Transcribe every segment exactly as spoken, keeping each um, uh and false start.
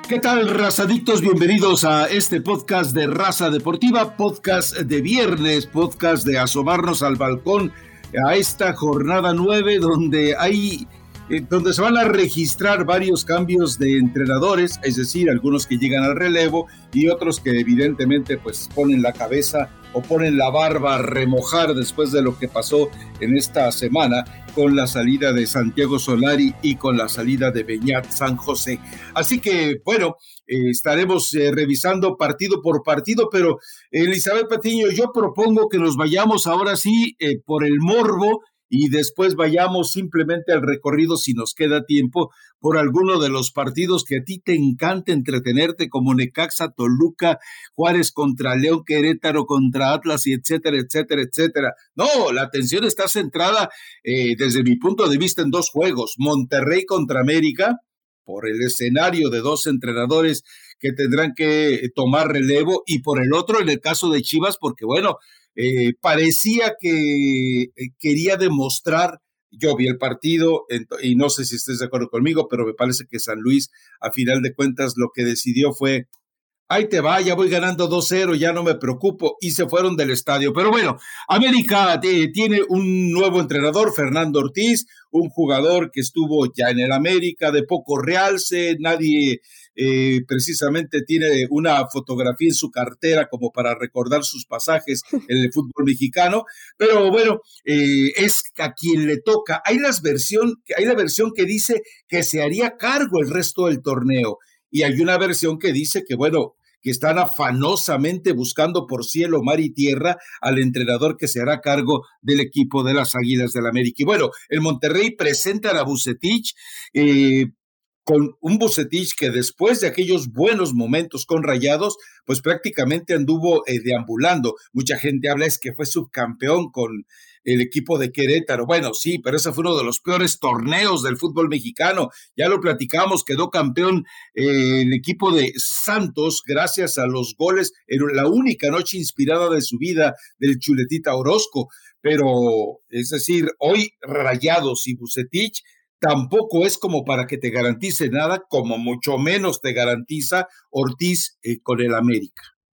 ¿Qué tal, razadictos? Bienvenidos a este podcast de Raza Deportiva, podcast de viernes, podcast de asomarnos al balcón a esta jornada nueve donde hay, eh, donde se van a registrar varios cambios de entrenadores, es decir, algunos que llegan al relevo y otros que evidentemente pues ponen la cabeza o ponen la barba a remojar después de lo que pasó en esta semana con la salida de Santiago Solari y con la salida de Beñat San José. Así que, bueno, eh, estaremos eh, revisando partido por partido, pero eh, Elizabeth Patiño, yo propongo que nos vayamos ahora sí eh, por el morbo y después vayamos simplemente al recorrido, si nos queda tiempo, por alguno de los partidos que a ti te encanta entretenerte, como Necaxa, Toluca, Juárez contra León, Querétaro contra Atlas, y etcétera, etcétera, etcétera. No, la atención está centrada, eh, desde mi punto de vista, en dos juegos: Monterrey contra América, por el escenario de dos entrenadores que tendrán que tomar relevo, y por el otro, en el caso de Chivas, porque bueno, eh, parecía que eh, quería demostrar. Yo vi el partido y no sé si estés de acuerdo conmigo, pero me parece que San Luis, a final de cuentas, lo que decidió fue: ahí te va, ya voy ganando dos cero, ya no me preocupo, y se fueron del estadio. Pero bueno, América eh, tiene un nuevo entrenador, Fernando Ortiz, un jugador que estuvo ya en el América, de poco realce, nadie eh, precisamente tiene una fotografía en su cartera como para recordar sus pasajes en el fútbol mexicano, pero bueno, eh, es a quien le toca. Hay, las versión, hay la versión que dice que se haría cargo el resto del torneo, y hay una versión que dice que, bueno, que están afanosamente buscando por cielo, mar y tierra al entrenador que se hará cargo del equipo de las Águilas del América. Y bueno, el Monterrey presenta a Vucetich, eh, con un Vucetich que después de aquellos buenos momentos con Rayados, pues prácticamente anduvo eh, deambulando. Mucha gente habla es que fue subcampeón con el equipo de Querétaro. Bueno, sí, pero ese fue uno de los peores torneos del fútbol mexicano. Ya lo platicamos, quedó campeón eh, el equipo de Santos gracias a los goles en la única noche inspirada de su vida del Chuletita Orozco. Pero, es decir, hoy Rayados y Vucetich tampoco es como para que te garantice nada, como mucho menos te garantiza Ortiz eh, con el América.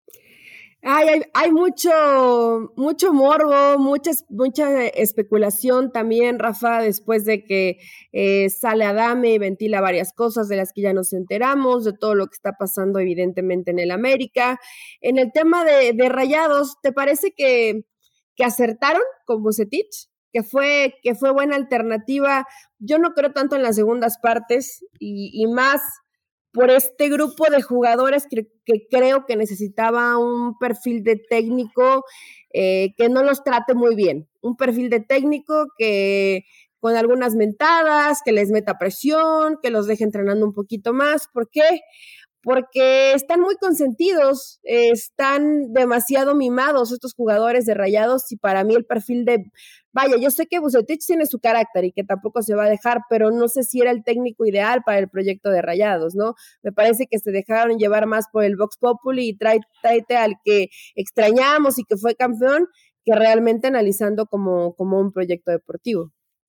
Ay, hay, hay mucho, mucho morbo, mucha, mucha especulación también, Rafa, después de que eh, sale Adame y ventila varias cosas de las que ya nos enteramos, de todo lo que está pasando evidentemente en el América. En el tema de, de Rayados, ¿te parece que, que acertaron con Vucetich? Que fue, que fue buena alternativa. Yo no creo tanto en las segundas partes y, y más por este grupo de jugadores que, que creo que necesitaba un perfil de técnico eh, que no los trate muy bien, un perfil de técnico que con algunas mentadas, que les meta presión, que los deje entrenando un poquito más. ¿Por qué? Porque están muy consentidos, eh, están demasiado mimados estos jugadores de Rayados, y para mí el perfil de, vaya, yo sé que Vucetich tiene su carácter y que tampoco se va a dejar, pero no sé si era el técnico ideal para el proyecto de Rayados, ¿no? Me parece que se dejaron llevar más por el Vox Populi y trae, tráete al que extrañamos y que fue campeón, que realmente analizando como, como un proyecto deportivo.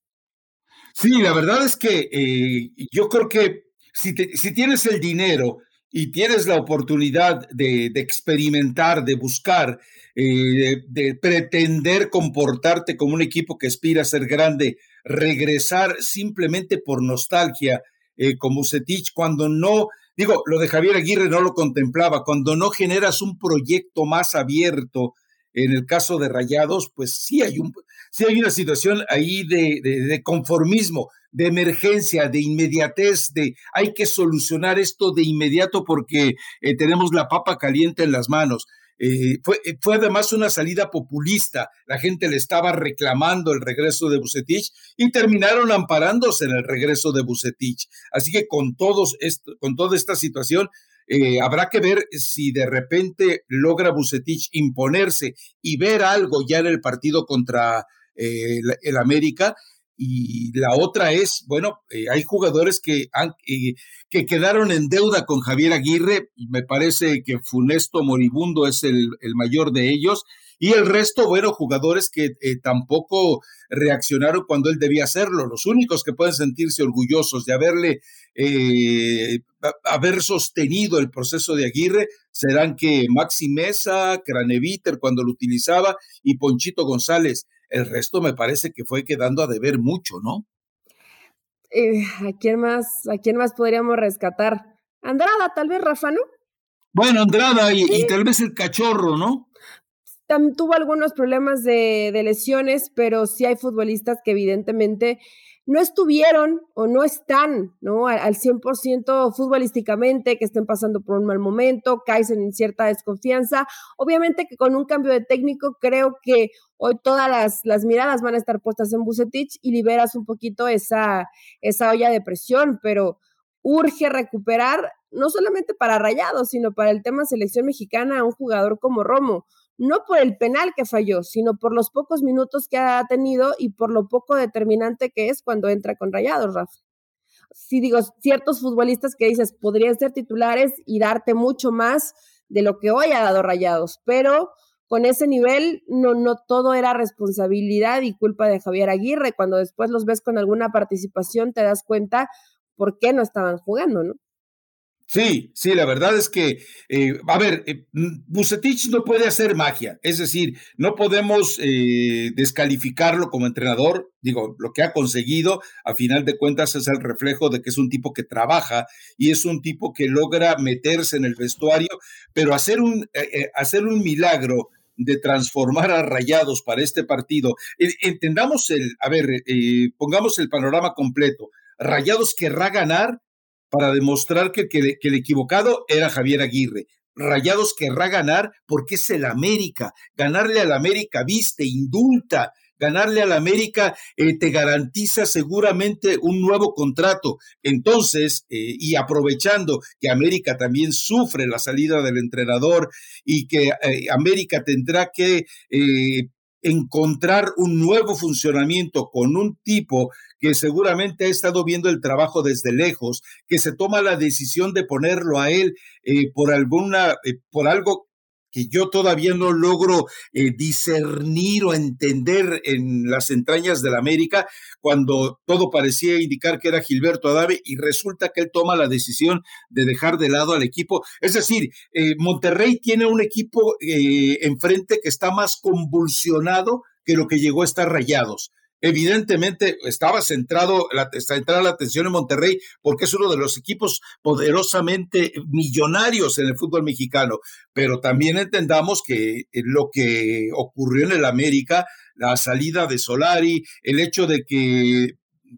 Sí, la verdad es que eh, yo creo que si, te, si tienes el dinero y tienes la oportunidad de, de experimentar, de buscar, eh, de, de pretender comportarte como un equipo que aspira a ser grande, regresar simplemente por nostalgia, eh, como Vucetich, cuando no, digo, lo de Javier Aguirre no lo contemplaba, cuando no generas un proyecto más abierto, en el caso de Rayados, pues sí hay, un, sí hay una situación ahí de, de, de conformismo, de emergencia, de inmediatez, de hay que solucionar esto de inmediato porque eh, tenemos la papa caliente en las manos. Eh, fue, fue además una salida populista, la gente le estaba reclamando el regreso de Vucetich y terminaron amparándose en el regreso de Vucetich. Así que con, todos esto, con toda esta situación, Eh, habrá que ver si de repente logra Vucetich imponerse y ver algo ya en el partido contra eh, el, el América. Y la otra es, bueno, eh, hay jugadores que, han, eh, que quedaron en deuda con Javier Aguirre, y me parece que Funesto Moribundo es el, el mayor de ellos, y el resto, bueno, jugadores que eh, tampoco reaccionaron cuando él debía hacerlo. Los únicos que pueden sentirse orgullosos de haberle eh, haber sostenido el proceso de Aguirre serán que Maxi Meza, Craneviter cuando lo utilizaba y Ponchito González. El resto me parece que fue quedando a deber mucho, ¿no? Eh, ¿a quién más, a quién más podríamos rescatar? Andrada, tal vez, Rafa, ¿no? Bueno, Andrada y, sí. y tal vez el Cachorro, ¿no? También tuvo algunos problemas de, de lesiones, pero sí hay futbolistas que evidentemente no estuvieron o no están, ¿no? Al, al cien por ciento futbolísticamente, que estén pasando por un mal momento, caen en cierta desconfianza. Obviamente que con un cambio de técnico creo que hoy todas las, las miradas van a estar puestas en Vucetich y liberas un poquito esa, esa olla de presión, pero urge recuperar, no solamente para Rayados, sino para el tema selección mexicana, a un jugador como Romo. No por el penal que falló, sino por los pocos minutos que ha tenido y por lo poco determinante que es cuando entra con Rayados, Rafa. Sí, digo, ciertos futbolistas que dices podrían ser titulares y darte mucho más de lo que hoy ha dado Rayados, pero con ese nivel no, no todo era responsabilidad y culpa de Javier Aguirre. Cuando después los ves con alguna participación te das cuenta por qué no estaban jugando, ¿no? Sí, sí, la verdad es que, eh, a ver, eh, Vucetich no puede hacer magia, es decir, no podemos eh, descalificarlo como entrenador, digo, lo que ha conseguido, a final de cuentas es el reflejo de que es un tipo que trabaja y es un tipo que logra meterse en el vestuario, pero hacer un, eh, eh, hacer un milagro de transformar a Rayados para este partido, eh, entendamos el, a ver, eh, pongamos el panorama completo, Rayados querrá ganar para demostrar que, que, que el equivocado era Javier Aguirre. Rayados querrá ganar porque es el América. Ganarle al América viste, indulta. Ganarle al América eh, te garantiza seguramente un nuevo contrato. Entonces, eh, y aprovechando que América también sufre la salida del entrenador y que eh, América tendrá que eh, encontrar un nuevo funcionamiento con un tipo que seguramente ha estado viendo el trabajo desde lejos, que se toma la decisión de ponerlo a él eh, por alguna, eh, por algo que yo todavía no logro eh, discernir o entender en las entrañas de la América, cuando todo parecía indicar que era Gilberto Adame y resulta que él toma la decisión de dejar de lado al equipo. Es decir, eh, Monterrey tiene un equipo eh, enfrente que está más convulsionado que lo que llegó a estar Rayados. Evidentemente estaba centrado, la, centrada la atención en Monterrey porque es uno de los equipos poderosamente millonarios en el fútbol mexicano, pero también entendamos que lo que ocurrió en el América, la salida de Solari, el hecho de que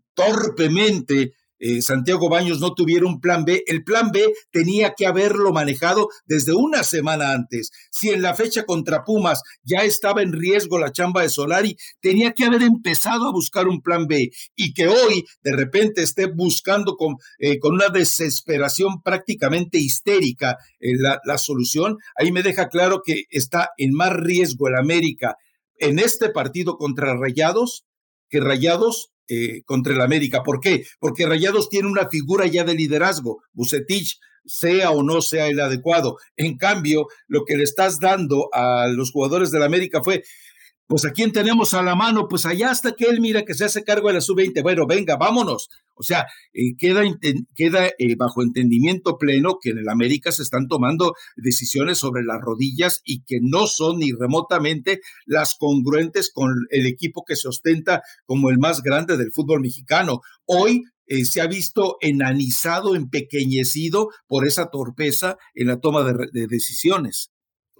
torpemente Eh, Santiago Baños no tuviera un plan B, el plan B tenía que haberlo manejado desde una semana antes. Si en la fecha contra Pumas ya estaba en riesgo la chamba de Solari, tenía que haber empezado a buscar un plan B y que hoy de repente esté buscando con, eh, con una desesperación prácticamente histérica eh, la, la solución, ahí me deja claro que está en más riesgo el América en este partido contra Rayados que Rayados Eh, contra el América. ¿Por qué? Porque Rayados tiene una figura ya de liderazgo, Vucetich, sea o no sea el adecuado. En cambio, lo que le estás dando a los jugadores del América fue, pues ¿a quién tenemos a la mano? Pues allá hasta que él mira que se hace cargo de la sub veinte. Bueno, venga, vámonos. O sea, eh, queda, queda eh, bajo entendimiento pleno que en el América se están tomando decisiones sobre las rodillas y que no son ni remotamente las congruentes con el equipo que se ostenta como el más grande del fútbol mexicano. Hoy eh, se ha visto enanizado, empequeñecido por esa torpeza en la toma de, de decisiones.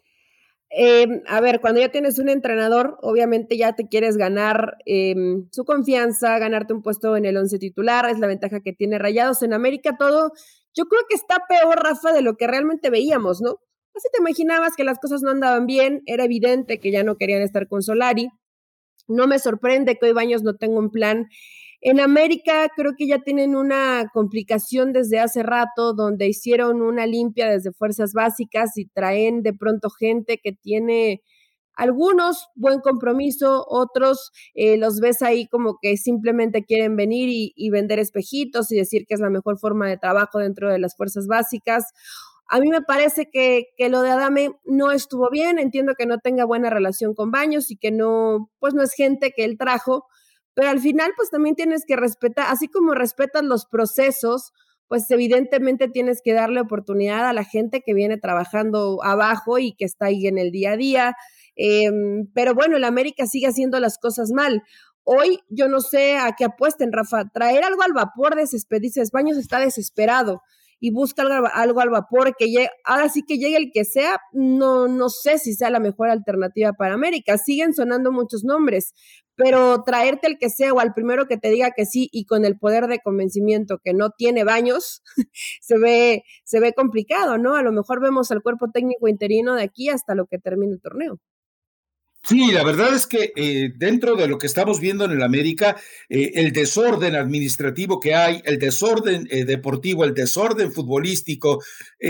Eh, a ver, cuando ya tienes un entrenador, obviamente ya te quieres ganar eh, su confianza, ganarte un puesto en el once titular, es la ventaja que tiene Rayados. En América todo, yo creo que está peor, Rafa, de lo que realmente veíamos, ¿no? Así te imaginabas que las cosas no andaban bien, era evidente que ya no querían estar con Solari. No me sorprende que hoy Baños no tenga un plan. En América creo que ya tienen una complicación desde hace rato, donde hicieron una limpia desde fuerzas básicas y traen de pronto gente que tiene algunos buen compromiso, otros eh, los ves ahí como que simplemente quieren venir y, y vender espejitos y decir que es la mejor forma de trabajo dentro de las fuerzas básicas. A mí me parece que, que lo de Adame no estuvo bien, entiendo que no tenga buena relación con Baños y que no, pues no es gente que él trajo, pero al final pues también tienes que respetar, así como respetas los procesos, pues evidentemente tienes que darle oportunidad a la gente que viene trabajando abajo y que está ahí en el día a día, eh, pero bueno, el América sigue haciendo las cosas mal. Hoy yo no sé a qué apuesten, Rafa, traer algo al vapor de Céspedes, Baños está desesperado y busca algo, algo al vapor, que llegue, ahora sí que llegue el que sea, no, no sé si sea la mejor alternativa para América, siguen sonando muchos nombres, pero traerte el que sea o al primero que te diga que sí y con el poder de convencimiento que no tiene Baños, se ve, se ve complicado, ¿no? A lo mejor vemos al cuerpo técnico interino de aquí hasta lo que termine el torneo. Sí, la verdad es que eh, dentro de lo que estamos viendo en el América, eh, el desorden administrativo que hay, el desorden eh, deportivo, el desorden futbolístico,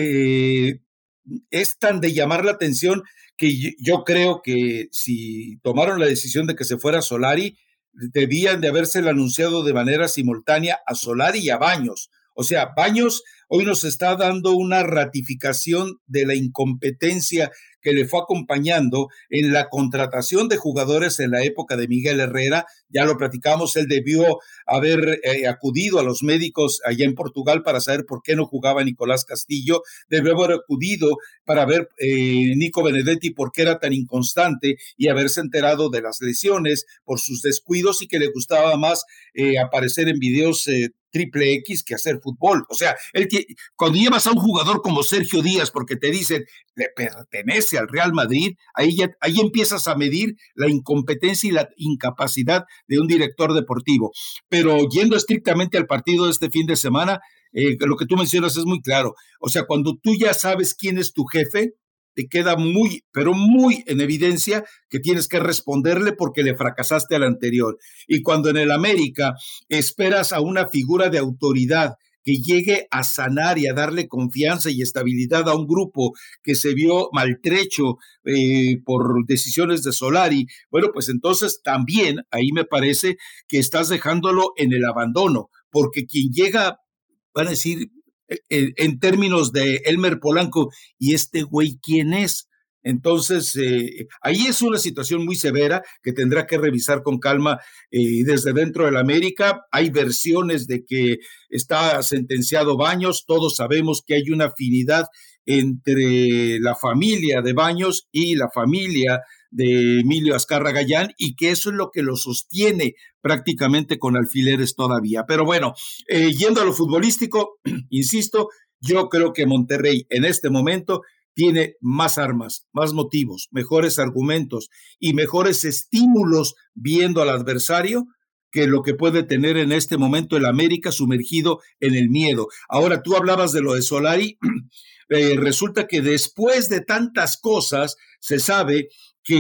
eh, es tan de llamar la atención que yo creo que si tomaron la decisión de que se fuera Solari, debían de habérsela anunciado de manera simultánea a Solari y a Baños. O sea, Baños hoy nos está dando una ratificación de la incompetencia que le fue acompañando en la contratación de jugadores en la época de Miguel Herrera. Ya lo platicamos, él debió haber eh, acudido a los médicos allá en Portugal para saber por qué no jugaba Nicolás Castillo, debió haber acudido para ver eh, Nico Benedetti por qué era tan inconstante y haberse enterado de las lesiones por sus descuidos y que le gustaba más eh, aparecer en videos eh, triple X que hacer fútbol. O sea, él t- cuando llevas a un jugador como Sergio Díaz porque te dicen le pertenece al Real Madrid, ahí, ya, ahí empiezas a medir la incompetencia y la incapacidad de un director deportivo. Pero yendo estrictamente al partido de este fin de semana, eh, lo que tú mencionas es muy claro. O sea, cuando tú ya sabes quién es tu jefe, te queda muy, pero muy en evidencia que tienes que responderle porque le fracasaste al anterior. Y cuando en el América esperas a una figura de autoridad que llegue a sanar y a darle confianza y estabilidad a un grupo que se vio maltrecho eh, por decisiones de Solari, bueno, pues entonces también ahí me parece que estás dejándolo en el abandono, porque quien llega, van a decir, en, en términos de Elmer Polanco, ¿y este güey quién es? Entonces, eh, ahí es una situación muy severa que tendrá que revisar con calma eh, desde dentro de la América. Hay versiones de que está sentenciado Baños, todos sabemos que hay una afinidad entre la familia de Baños y la familia de Emilio Azcarra Gallán y que eso es lo que lo sostiene prácticamente con alfileres todavía. Pero bueno, eh, yendo a lo futbolístico, insisto, yo creo que Monterrey en este momento tiene más armas, más motivos, mejores argumentos y mejores estímulos viendo al adversario que lo que puede tener en este momento el América sumergido en el miedo. Ahora, tú hablabas de lo de Solari, eh, resulta que después de tantas cosas se sabe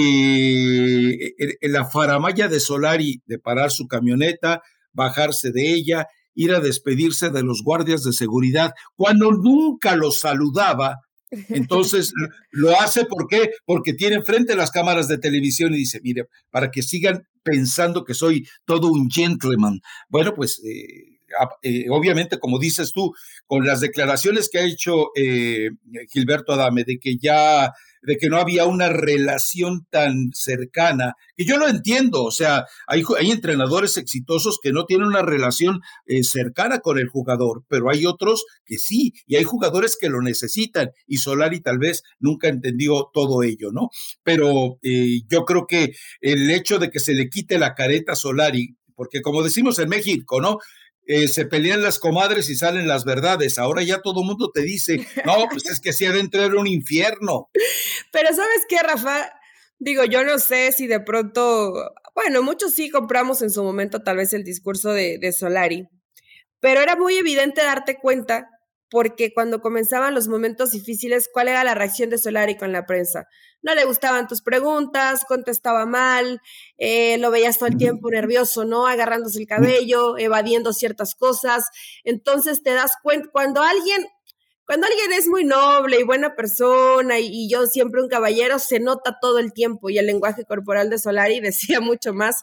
que la faramalla de Solari de parar su camioneta, bajarse de ella, ir a despedirse de los guardias de seguridad, cuando nunca los saludaba. Entonces lo hace ¿por qué? Porque tiene enfrente las cámaras de televisión y dice, mire, para que sigan pensando que soy todo un gentleman. Bueno, pues eh, eh, obviamente, como dices tú, con las declaraciones que ha hecho eh, Gilberto Adame de que ya de que no había una relación tan cercana, que yo lo entiendo, o sea, hay, hay entrenadores exitosos que no tienen una relación eh, cercana con el jugador, pero hay otros que sí, y hay jugadores que lo necesitan, y Solari tal vez nunca entendió todo ello, ¿no? Pero eh, yo creo que el hecho de que se le quite la careta a Solari, porque como decimos en México, ¿no? Eh, se pelean las comadres y salen las verdades. Ahora ya todo el mundo te dice, no, pues es que si adentro era un infierno. Pero ¿sabes qué, Rafa? Digo, yo no sé si de pronto, bueno, muchos sí compramos en su momento tal vez el discurso de, de Solari, pero era muy evidente darte cuenta porque cuando comenzaban los momentos difíciles, ¿cuál era la reacción de Solari con la prensa? No le gustaban tus preguntas, contestaba mal, eh, lo veías todo el tiempo nervioso, ¿no? Agarrándose el cabello, evadiendo ciertas cosas. Entonces te das cuenta, cuando alguien, cuando alguien es muy noble y buena persona y, y yo siempre un caballero, se nota todo el tiempo y el lenguaje corporal de Solari decía mucho más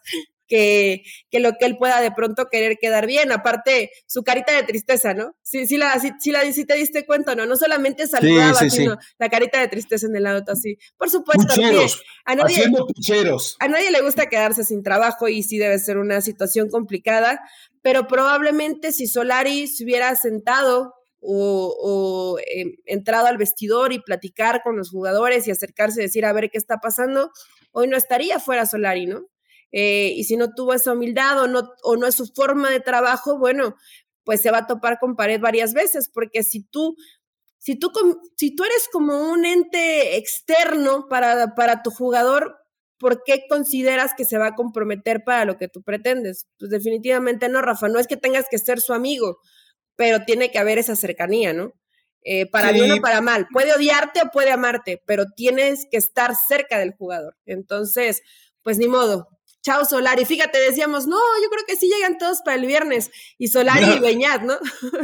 que, que lo que él pueda de pronto querer quedar bien. Aparte, su carita de tristeza, ¿no? Sí, sí, la, sí, sí, la, sí te diste cuenta, ¿no? No solamente saludaba, sí, sí, sino sí. La carita de tristeza en el auto, así. Por supuesto, pucheros, a nadie, haciendo pucheros. A nadie le gusta quedarse sin trabajo y sí debe ser una situación complicada, pero probablemente si Solari se hubiera sentado o, o eh, entrado al vestidor y platicar con los jugadores y acercarse y decir a ver qué está pasando, hoy no estaría fuera Solari, ¿no? Eh, y si no tuvo esa humildad o no, o no es su forma de trabajo, bueno, pues se va a topar con pared varias veces, porque si tú, si tú, si tú eres como un ente externo para, para tu jugador, ¿por qué consideras que se va a comprometer para lo que tú pretendes? Pues definitivamente no, Rafa, no es que tengas que ser su amigo, pero tiene que haber esa cercanía, ¿no? Eh, para sí. bien o para mal, puede odiarte o puede amarte, pero tienes que estar cerca del jugador. Entonces, pues ni modo. Chao Solari, fíjate, decíamos, no, yo creo que sí llegan todos para el viernes, y Solari no. y Beñat, ¿no?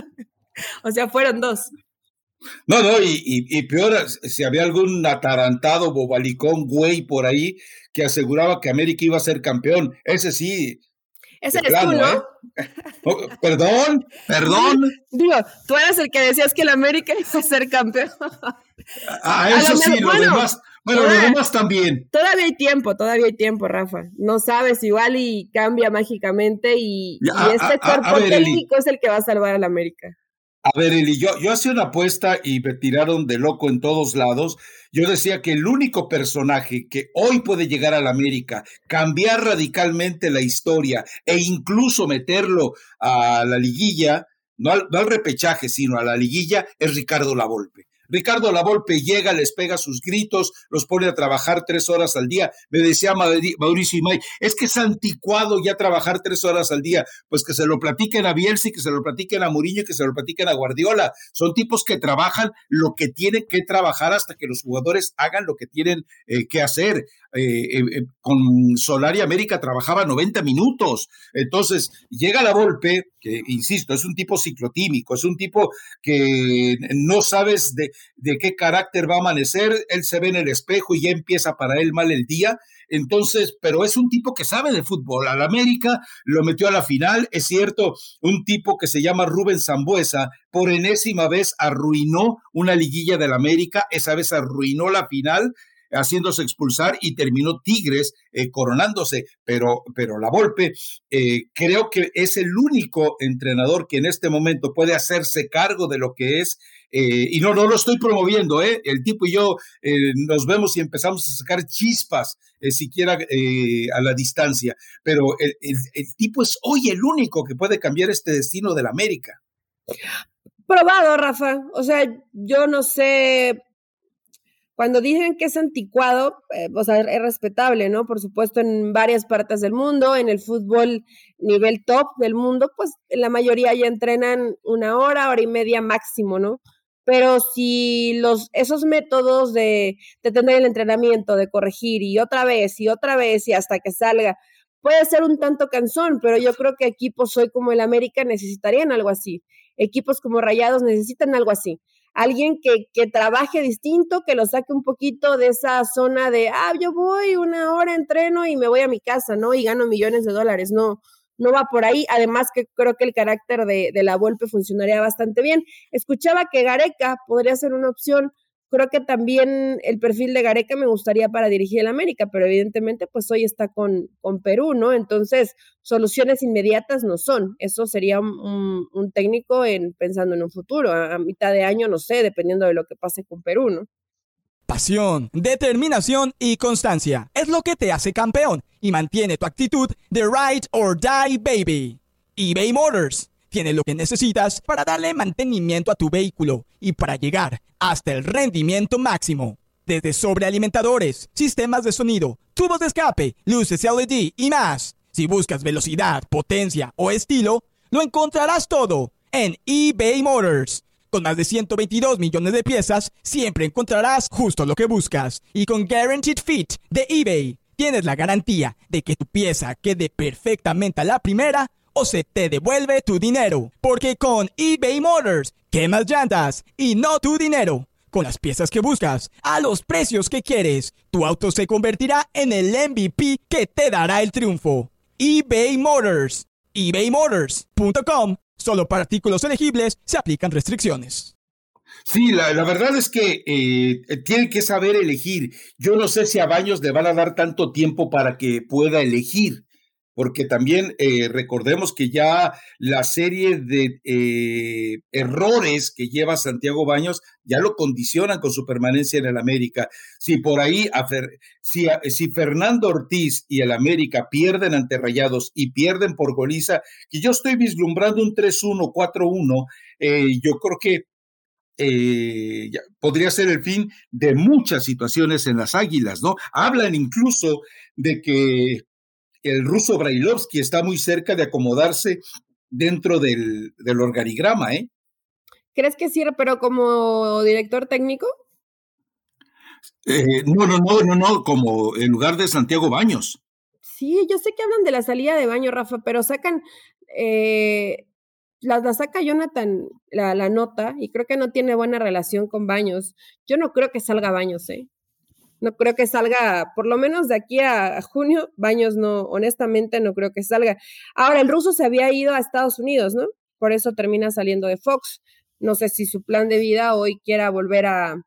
O sea, fueron dos. No, no, y, y, y peor, si había algún atarantado, bobalicón, güey, por ahí, que aseguraba que América iba a ser campeón, ese sí. Ese eres plano, tú, ¿no? ¿eh? Oh, perdón, perdón. Digo, tú eres el que decías que el América iba a ser campeón. Ah, eso sí, lo bueno, demás... Bueno, todavía, los demás también. Todavía hay tiempo, todavía hay tiempo, Rafa. No sabes, igual y cambia mágicamente y, ya, y este a, a, cuerpo a ver, técnico Eli. es el que va a salvar al América. A ver, Eli, yo, yo hacía una apuesta y me tiraron de loco en todos lados. Yo decía que el único personaje que hoy puede llegar al América, cambiar radicalmente la historia e incluso meterlo a la liguilla, no al, no al repechaje, sino a la liguilla, es Ricardo Lavolpe. Ricardo Lavolpe llega, les pega sus gritos, los pone a trabajar tres horas al día. Me decía Mauricio Imay, es que es anticuado ya trabajar tres horas al día. Pues que se lo platiquen a Bielsa, que se lo platiquen a Mourinho, que se lo platiquen a Guardiola. Son tipos que trabajan lo que tienen que trabajar hasta que los jugadores hagan lo que tienen eh, que hacer. Eh, eh, eh, con Solari América trabajaba noventa minutos. Entonces, llega Lavolpe, que insisto, es un tipo ciclotímico, es un tipo que no sabes de, de qué carácter va a amanecer, él se ve en el espejo y ya empieza para él mal el día. Entonces, pero es un tipo que sabe de fútbol. Al América lo metió a la final, es cierto, un tipo que se llama Rubén Sambueza, por enésima vez arruinó una liguilla del América, esa vez arruinó la final, haciéndose expulsar y terminó Tigres eh, coronándose, pero, pero Lavolpe eh, creo que es el único entrenador que en este momento puede hacerse cargo de lo que es, eh, y no, no lo estoy promoviendo, eh, el tipo y yo eh, nos vemos y empezamos a sacar chispas, eh, siquiera eh, a la distancia, pero el, el, el tipo es hoy el único que puede cambiar este destino del América. Probado, Rafa, o sea, yo no sé... Cuando dicen que es anticuado, eh, o sea, es respetable, ¿no? Por supuesto, en varias partes del mundo, en el fútbol nivel top del mundo, pues la mayoría ya entrenan una hora, hora y media máximo, ¿no? Pero si los, esos métodos de, de tener el entrenamiento, de corregir y otra vez y otra vez y hasta que salga, puede ser un tanto cansón, pero yo creo que equipos hoy como el América necesitarían algo así. Equipos como Rayados necesitan algo así. Alguien que, que trabaje distinto, que lo saque un poquito de esa zona de, ah, yo voy una hora, entreno y me voy a mi casa, ¿no? Y gano millones de dólares, no, no va por ahí. Además que creo que el carácter de, de Lavolpe funcionaría bastante bien. Escuchaba que Gareca podría ser una opción. Creo que también el perfil de Gareca me gustaría para dirigir el América, pero evidentemente pues hoy está con, con Perú, ¿no? Entonces, soluciones inmediatas no son. Eso sería un, un técnico en, pensando en un futuro, a, a mitad de año, no sé, dependiendo de lo que pase con Perú, ¿no? Pasión, determinación y constancia es lo que te hace campeón y mantiene tu actitud de ride or die, baby. eBay Motors tiene lo que necesitas para darle mantenimiento a tu vehículo y para llegar hasta el rendimiento máximo. Desde sobrealimentadores, sistemas de sonido, tubos de escape, luces L E D y más. Si buscas velocidad, potencia o estilo, lo encontrarás todo en eBay Motors. Con más de ciento veintidós millones de piezas, siempre encontrarás justo lo que buscas. Y con Guaranteed Fit de eBay, tienes la garantía de que tu pieza quede perfectamente a la primera o se te devuelve tu dinero. Porque con eBay Motors, quemas llantas y no tu dinero. Con las piezas que buscas, a los precios que quieres, tu auto se convertirá en el M V P que te dará el triunfo. eBay Motors. ebay motors punto com. Solo para artículos elegibles se aplican restricciones. Sí, la, la verdad es que eh, tiene que saber elegir. Yo no sé si a Baños le van a dar tanto tiempo para que pueda elegir, porque también eh, recordemos que ya la serie de eh, errores que lleva Santiago Baños ya lo condicionan con su permanencia en el América. Si por ahí, a Fer, si, a, si Fernando Ortiz y el América pierden ante Rayados y pierden por goliza, que yo estoy vislumbrando un tres uno, cuatro uno, eh, yo creo que Eh, ya, podría ser el fin de muchas situaciones en las Águilas, ¿no? Hablan incluso de que el ruso Brailovsky está muy cerca de acomodarse dentro del, del organigrama, ¿eh? ¿Crees que sirve, pero como director técnico? Eh, no, no, no, no, no, como en lugar de Santiago Baños. Sí, yo sé que hablan de la salida de Baños, Rafa, pero sacan... Eh... La, la saca Jonathan la, la nota y creo que no tiene buena relación con Baños. Yo no creo que salga Baños, ¿eh? No creo que salga, por lo menos de aquí a, a junio, Baños no, honestamente no creo que salga. Ahora, el ruso se había ido a Estados Unidos, ¿no? Por eso termina saliendo de Fox. No sé si su plan de vida hoy quiera volver a,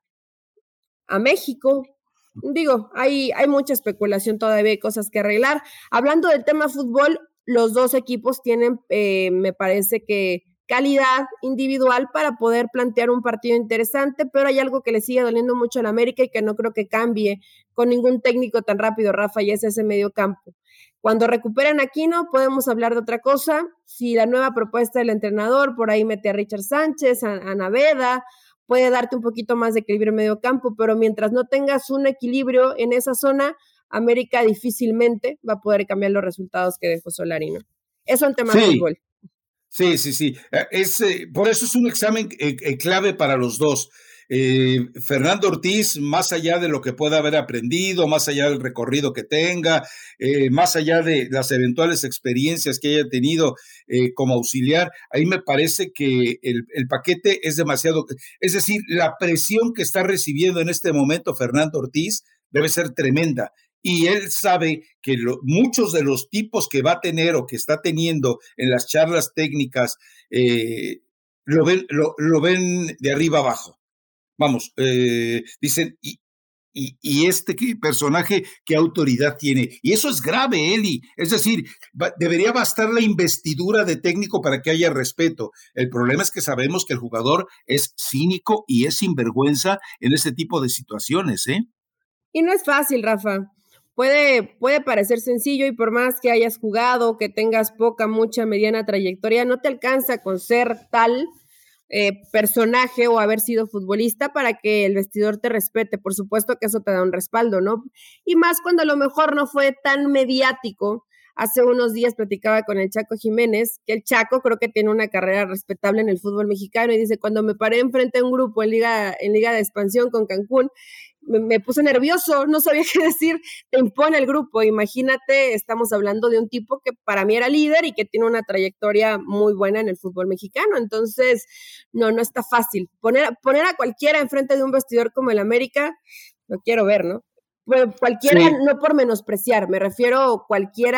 a México. Digo, hay, hay mucha especulación todavía, hay cosas que arreglar. Hablando del tema fútbol, los dos equipos tienen, eh, me parece que, calidad individual para poder plantear un partido interesante, pero hay algo que le sigue doliendo mucho al América y que no creo que cambie con ningún técnico tan rápido, Rafa, y es ese medio campo. Cuando recuperen a Aquino, podemos hablar de otra cosa. Si la nueva propuesta del entrenador, por ahí mete a Richard Sánchez, a, a Naveda, puede darte un poquito más de equilibrio en medio campo, pero mientras no tengas un equilibrio en esa zona, América difícilmente va a poder cambiar los resultados que dejó Solari, ¿no? Eso en temas sí. de fútbol. Sí, sí, sí. Es, eh, por eso es un examen eh, eh, clave para los dos. Eh, Fernando Ortiz, más allá de lo que pueda haber aprendido, más allá del recorrido que tenga, eh, más allá de las eventuales experiencias que haya tenido eh, como auxiliar, ahí me parece que el, el paquete es demasiado, es decir, la presión que está recibiendo en este momento Fernando Ortiz debe ser tremenda. Y él sabe que lo, muchos de los tipos que va a tener o que está teniendo en las charlas técnicas eh, lo, ven, lo, lo ven de arriba abajo. Vamos, eh, dicen, y, y, y este personaje, ¿qué autoridad tiene? Y eso es grave, Eli. Es decir, va, debería bastar la investidura de técnico para que haya respeto. El problema es que sabemos que el jugador es cínico y es sinvergüenza en ese tipo de situaciones, ¿eh? Y no es fácil, Rafa. Puede, puede parecer sencillo y por más que hayas jugado, que tengas poca, mucha, mediana trayectoria, no te alcanza con ser tal eh, personaje o haber sido futbolista para que el vestidor te respete. Por supuesto que eso te da un respaldo, ¿no? Y más cuando a lo mejor no fue tan mediático. Hace unos días platicaba con el Chaco Jiménez, que el Chaco creo que tiene una carrera respetable en el fútbol mexicano y dice, cuando me paré enfrente de un grupo en Liga, en Liga de Expansión con Cancún, me, me puse nervioso, no sabía qué decir, te impone el grupo. Imagínate, estamos hablando de un tipo que para mí era líder y que tiene una trayectoria muy buena en el fútbol mexicano. Entonces, no, no está fácil. Poner, poner a cualquiera enfrente de un vestidor como el América, lo quiero ver, ¿no? Cualquiera, sí. No por menospreciar, me refiero cualquiera,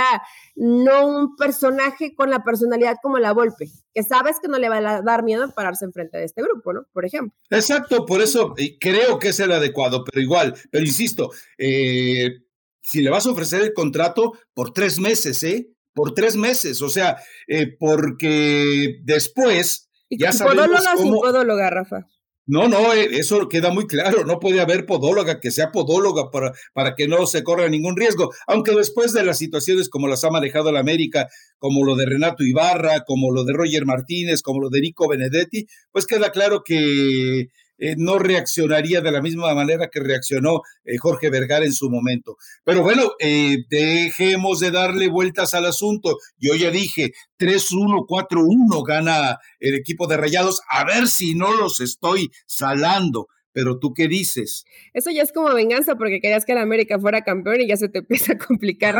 no un personaje con la personalidad como la Volpe, que sabes que no le va a dar miedo pararse enfrente de este grupo, ¿no? Por ejemplo. Exacto, por eso creo que es el adecuado, pero igual, pero insisto, eh, si le vas a ofrecer el contrato por tres meses, ¿eh? Por tres meses, o sea, eh, porque después y ya sabemos podóloga cómo... sin podóloga, Rafa. No, no, eso queda muy claro, no puede haber podóloga que sea podóloga para, para que no se corra ningún riesgo, aunque después de las situaciones como las ha manejado la América, como lo de Renato Ibarra, como lo de Roger Martínez, como lo de Nico Benedetti, pues queda claro que eh, no reaccionaría de la misma manera que reaccionó eh, Jorge Vergara en su momento. Pero bueno, eh, dejemos de darle vueltas al asunto. Yo ya dije, tres uno, cuatro uno gana el equipo de Rayados, a ver si no los estoy salando. Pero ¿tú qué dices? Eso ya es como venganza porque querías que el América fuera campeón y ya se te empieza a complicar.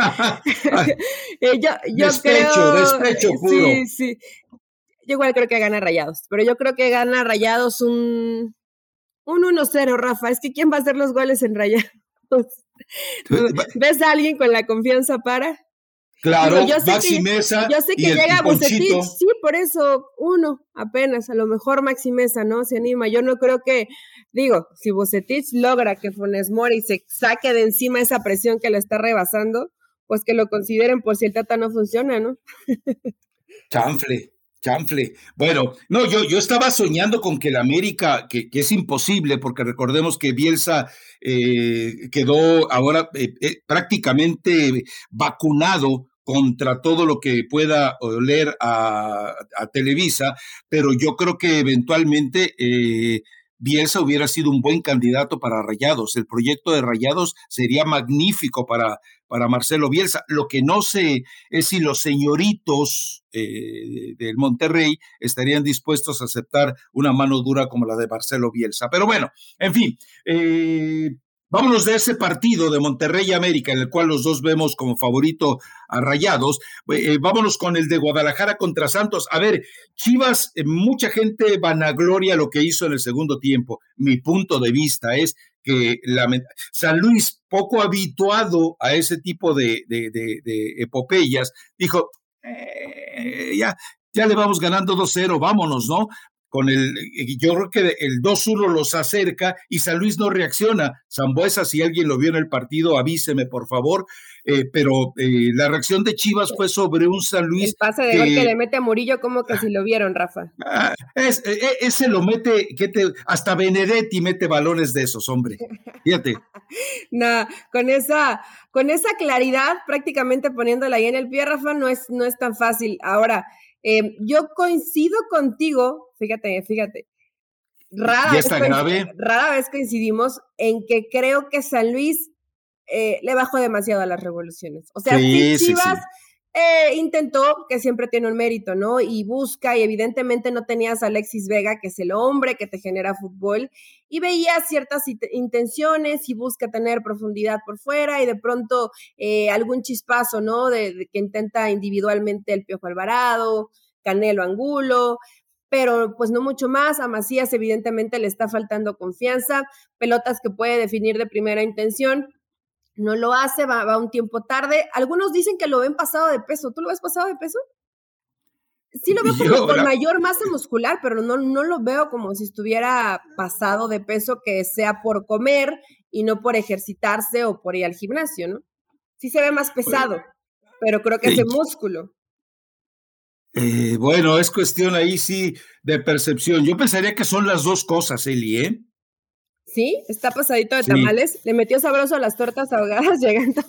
eh, yo, yo despecho, creo, despecho puro. Sí, sí. Yo igual creo que gana Rayados, pero yo creo que gana Rayados un, un uno cero, Rafa. Es que ¿quién va a hacer los goles en Rayados? ¿Ves a alguien con la confianza para? Claro, Digo, yo sé Maxi que, Mesa yo sé que y el llega Vucetich, Ponchito. sí, por eso uno apenas, a lo mejor Maxi Mesa, ¿no? Se anima. Yo no creo que, digo, si Vucetich logra que Funes Mori se saque de encima esa presión que lo está rebasando, pues que lo consideren por si el Tata no funciona, ¿no? Chanfle, chanfle. Bueno, no, yo, yo estaba soñando con que el América, que, que es imposible, porque recordemos que Bielsa eh, quedó ahora eh, eh, prácticamente vacunado contra todo lo que pueda oler a, a Televisa, pero yo creo que eventualmente eh, Bielsa hubiera sido un buen candidato para Rayados. El proyecto de Rayados sería magnífico para, para Marcelo Bielsa. Lo que no sé es si los señoritos eh, del Monterrey estarían dispuestos a aceptar una mano dura como la de Marcelo Bielsa. Pero bueno, en fin, eh, vámonos de ese partido de Monterrey América, en el cual los dos vemos como favorito a Rayados. Eh, vámonos con el de Guadalajara contra Santos. A ver, Chivas, eh, mucha gente vanagloria lo que hizo en el segundo tiempo. Mi punto de vista es que la, San Luis, poco habituado a ese tipo de, de, de, de epopeyas, dijo, eh, ya, ya le vamos ganando dos cero, vámonos, ¿no? Con el, yo creo que el dos uno los acerca y San Luis no reacciona. Sambuesa, si alguien lo vio en el partido, avíseme, por favor. Eh, pero eh, la reacción de Chivas fue sobre un San Luis. El pase de que, gol que le mete a Murillo, como que si lo vieron, Rafa. Ah, es, es, ese lo mete, que te, hasta Benedetti mete balones de esos, hombre. Fíjate. No, con esa, con esa claridad, prácticamente poniéndola ahí en el pie, Rafa, no es, no es tan fácil. Ahora, eh, yo coincido contigo, fíjate, fíjate, rara vez, grave. rara vez coincidimos en que creo que San Luis eh, le bajó demasiado a las revoluciones. O sea, sí, sí Chivas sí, sí. Eh, intentó, que siempre tiene un mérito, ¿no? Y busca, y evidentemente no tenías a Alexis Vega, que es el hombre que te genera fútbol, y veías ciertas intenciones y busca tener profundidad por fuera, y de pronto eh, algún chispazo, ¿no? De, de que intenta individualmente el Piojo Alvarado, Canelo Angulo, pero pues no mucho más. A Macías evidentemente le está faltando confianza, pelotas que puede definir de primera intención, no lo hace, va, va un tiempo tarde. Algunos dicen que lo ven pasado de peso. ¿Tú lo ves pasado de peso? Sí lo veo como Yo, con la... mayor masa muscular, pero no, no lo veo como si estuviera pasado de peso, que sea por comer y no por ejercitarse o por ir al gimnasio, ¿no? Sí se ve más pesado, pero creo que es de músculo. Eh, bueno, es cuestión ahí sí de percepción. Yo pensaría que son las dos cosas, Eli, ¿eh? Sí, está pasadito de tamales, sí. Le metió sabroso a las tortas ahogadas llegando.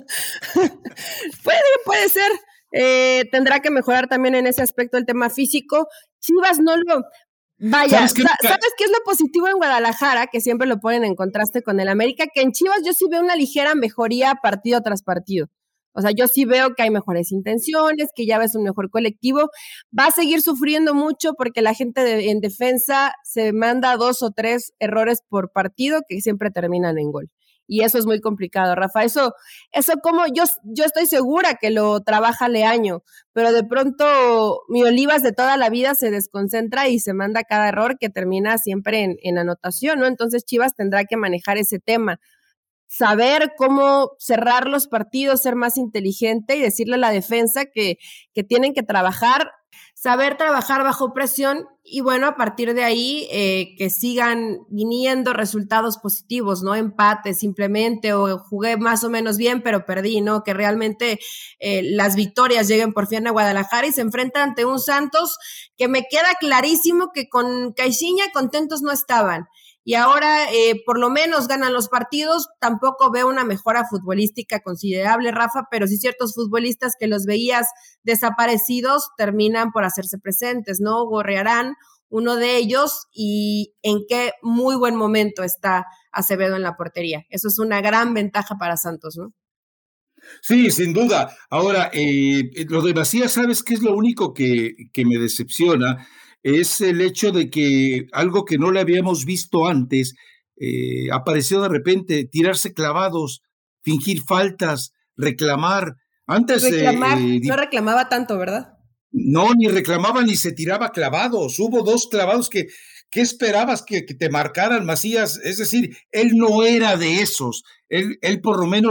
puede, puede ser. Eh, tendrá que mejorar también en ese aspecto el tema físico. Chivas no lo... Vaya, ¿sabes qué, ¿sabes qué es lo positivo en Guadalajara? Que siempre lo ponen en contraste con el América, que en Chivas yo sí veo una ligera mejoría partido tras partido. O sea, yo sí veo que hay mejores intenciones, que ya ves un mejor colectivo. Va a seguir sufriendo mucho porque la gente de, en defensa se manda dos o tres errores por partido que siempre terminan en gol. Y eso es muy complicado, Rafa. Eso, eso como yo, yo estoy segura que lo trabaja Leaño, pero de pronto mi Olivas de toda la vida se desconcentra y se manda cada error que termina siempre en, en anotación, ¿no? Entonces Chivas tendrá que manejar ese tema. Saber cómo cerrar los partidos, ser más inteligente y decirle a la defensa que, que tienen que trabajar, saber trabajar bajo presión y bueno, a partir de ahí eh, que sigan viniendo resultados positivos, no empates simplemente o jugué más o menos bien pero perdí, ¿no? Que realmente eh, las victorias lleguen por fin a Guadalajara y se enfrentan ante un Santos que me queda clarísimo que con Caixinha contentos no estaban. Y ahora eh, por lo menos ganan los partidos, tampoco veo una mejora futbolística considerable, Rafa, pero sí ciertos futbolistas que los veías desaparecidos terminan por hacerse presentes, ¿no? Gorrearán, uno de ellos, y en qué muy buen momento está Acevedo en la portería. Eso es una gran ventaja para Santos, ¿no? Sí, sin duda. Ahora, eh, lo de Macías, ¿sabes qué es lo único que, que me decepciona? Es el hecho de que algo que no le habíamos visto antes, eh, apareció de repente, tirarse clavados, fingir faltas, reclamar. Antes reclamar, eh, no reclamaba tanto, ¿verdad? No, ni reclamaba ni se tiraba clavados. Hubo dos clavados que, ¿qué esperabas que, que te marcaran, Macías? Es decir, él no era de esos. Él, él por lo menos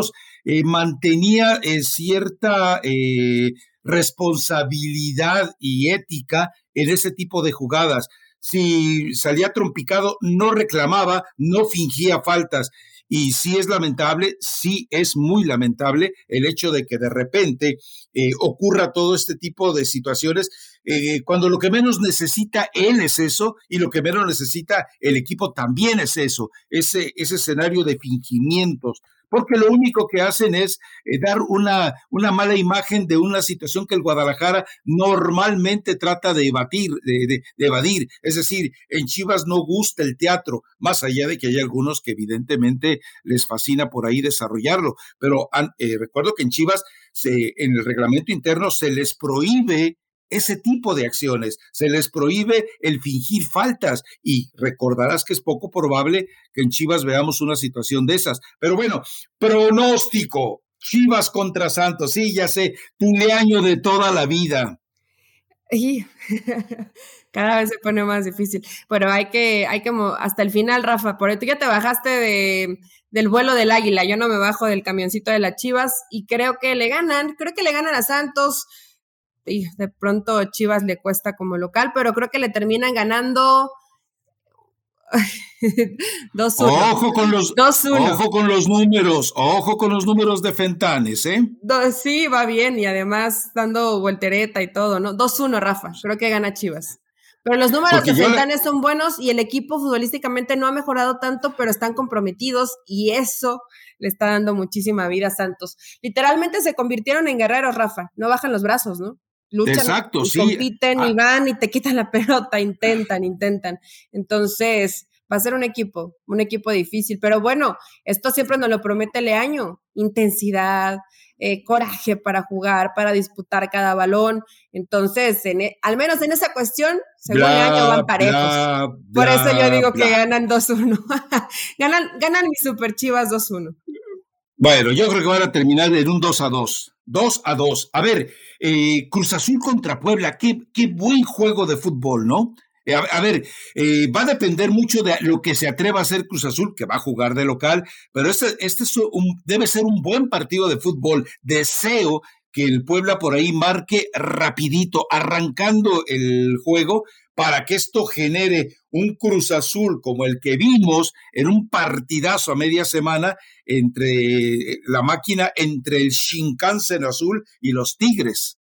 eh, mantenía eh, cierta eh, responsabilidad y ética en ese tipo de jugadas. Si salía trompicado, no reclamaba, no fingía faltas. Y sí es lamentable, sí es muy lamentable el hecho de que de repente eh, ocurra todo este tipo de situaciones eh, cuando lo que menos necesita él es eso y lo que menos necesita el equipo también es eso, ese, ese escenario de fingimientos, porque lo único que hacen es eh, dar una, una mala imagen de una situación que el Guadalajara normalmente trata de evadir, de, de, de evadir. Es decir, en Chivas no gusta el teatro, más allá de que hay algunos que evidentemente les fascina por ahí desarrollarlo, pero eh, recuerdo que en Chivas se, en el reglamento interno se les prohíbe ese tipo de acciones, se les prohíbe el fingir faltas y recordarás que es poco probable que en Chivas veamos una situación de esas. Pero bueno, pronóstico, Chivas contra Santos, sí, ya sé, tu leaño de toda la vida. Y cada vez se pone más difícil, pero hay que, hay que hasta el final, Rafa, por tú ya te bajaste de, del vuelo del águila, yo no me bajo del camioncito de las Chivas y creo que le ganan, creo que le ganan a Santos. Y de pronto Chivas le cuesta como local, pero creo que le terminan ganando dos uno. Ojo con los, ojo con los números, ojo con los números de Fentanes, ¿eh? Do, sí, va bien, y además dando voltereta y todo, ¿no? dos uno, Rafa, creo que gana Chivas. Pero los números Porque de Fentanes le... son buenos y el equipo futbolísticamente no ha mejorado tanto, pero están comprometidos y eso le está dando muchísima vida a Santos. Literalmente se convirtieron en guerreros, Rafa, no bajan los brazos, ¿no? Luchan, Exacto, y sí. compiten ah. y van y te quitan la pelota, intentan, intentan. Entonces, va a ser un equipo, un equipo difícil. Pero bueno, esto siempre nos lo promete Leaño. Intensidad, eh, coraje para jugar, para disputar cada balón. Entonces, en, al menos en esa cuestión, según bla, Leaño van parejos. Bla, Por bla, eso yo digo bla. que ganan dos uno. ganan, ganan mis Super Chivas dos uno. Bueno, yo creo que van a terminar en un dos a dos. dos a dos. A ver, eh, Cruz Azul contra Puebla, qué, qué buen juego de fútbol, ¿no? Eh, a, a ver, eh, va a depender mucho de lo que se atreva a hacer Cruz Azul, que va a jugar de local, pero este, este es un, debe ser un buen partido de fútbol. Deseo que el Puebla por ahí marque rapidito, arrancando el juego, para que esto genere un Cruz Azul como el que vimos en un partidazo a media semana entre la máquina, entre el Shinkansen azul y los Tigres.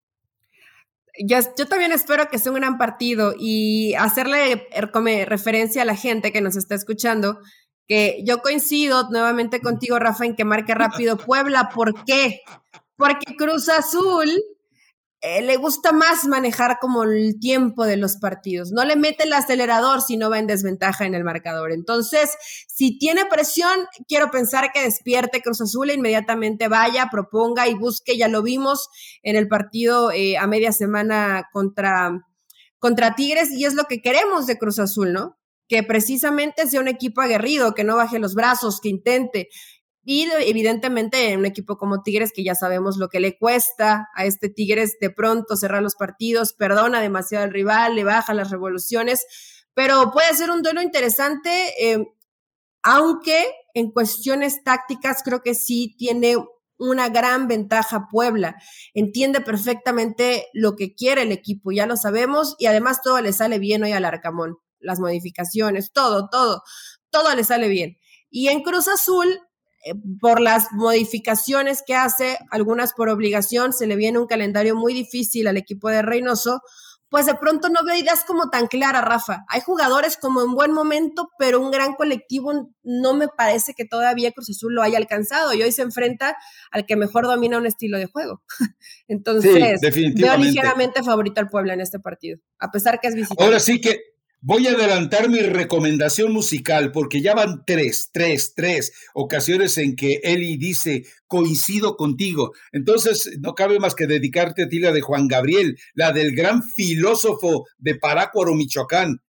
Yo, yo también espero que sea un gran partido y hacerle referencia a la gente que nos está escuchando, que yo coincido nuevamente contigo, Rafa, en que marque rápido Puebla. ¿Por qué? Porque Cruz Azul eh, le gusta más manejar como el tiempo de los partidos. No le mete el acelerador si no va en desventaja en el marcador. Entonces, si tiene presión, quiero pensar que despierte Cruz Azul e inmediatamente vaya, proponga y busque. Ya lo vimos en el partido eh, a media semana contra, contra Tigres y es lo que queremos de Cruz Azul, ¿no? Que precisamente sea un equipo aguerrido, que no baje los brazos, que intente. Y evidentemente en un equipo como Tigres, que ya sabemos lo que le cuesta a este Tigres de pronto cerrar los partidos, perdona demasiado al rival, le baja las revoluciones, pero puede ser un duelo interesante, eh, aunque en cuestiones tácticas creo que sí tiene una gran ventaja Puebla, entiende perfectamente lo que quiere el equipo, ya lo sabemos, y además todo le sale bien hoy al Arcamón, las modificaciones, todo, todo, todo le sale bien. Y en Cruz Azul, eh, por las modificaciones que hace, algunas por obligación, se le viene un calendario muy difícil al equipo de Reynoso, pues de pronto no veo ideas como tan claras, Rafa. Hay jugadores como en buen momento, pero un gran colectivo no me parece que todavía Cruz Azul lo haya alcanzado, y hoy se enfrenta al que mejor domina un estilo de juego. Entonces, sí, veo ligeramente favorito al Puebla en este partido, a pesar que es visitante. Ahora sí que voy a adelantar mi recomendación musical, porque ya van tres, tres, tres ocasiones en que Eli dice, coincido contigo. Entonces, no cabe más que dedicarte a ti la de Juan Gabriel, la del gran filósofo de Parácuaro, Michoacán.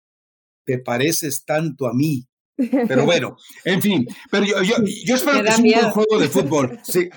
Te pareces tanto a mí. Pero bueno, en fin, pero yo, yo, yo espero que sea un buen juego de fútbol. Sí.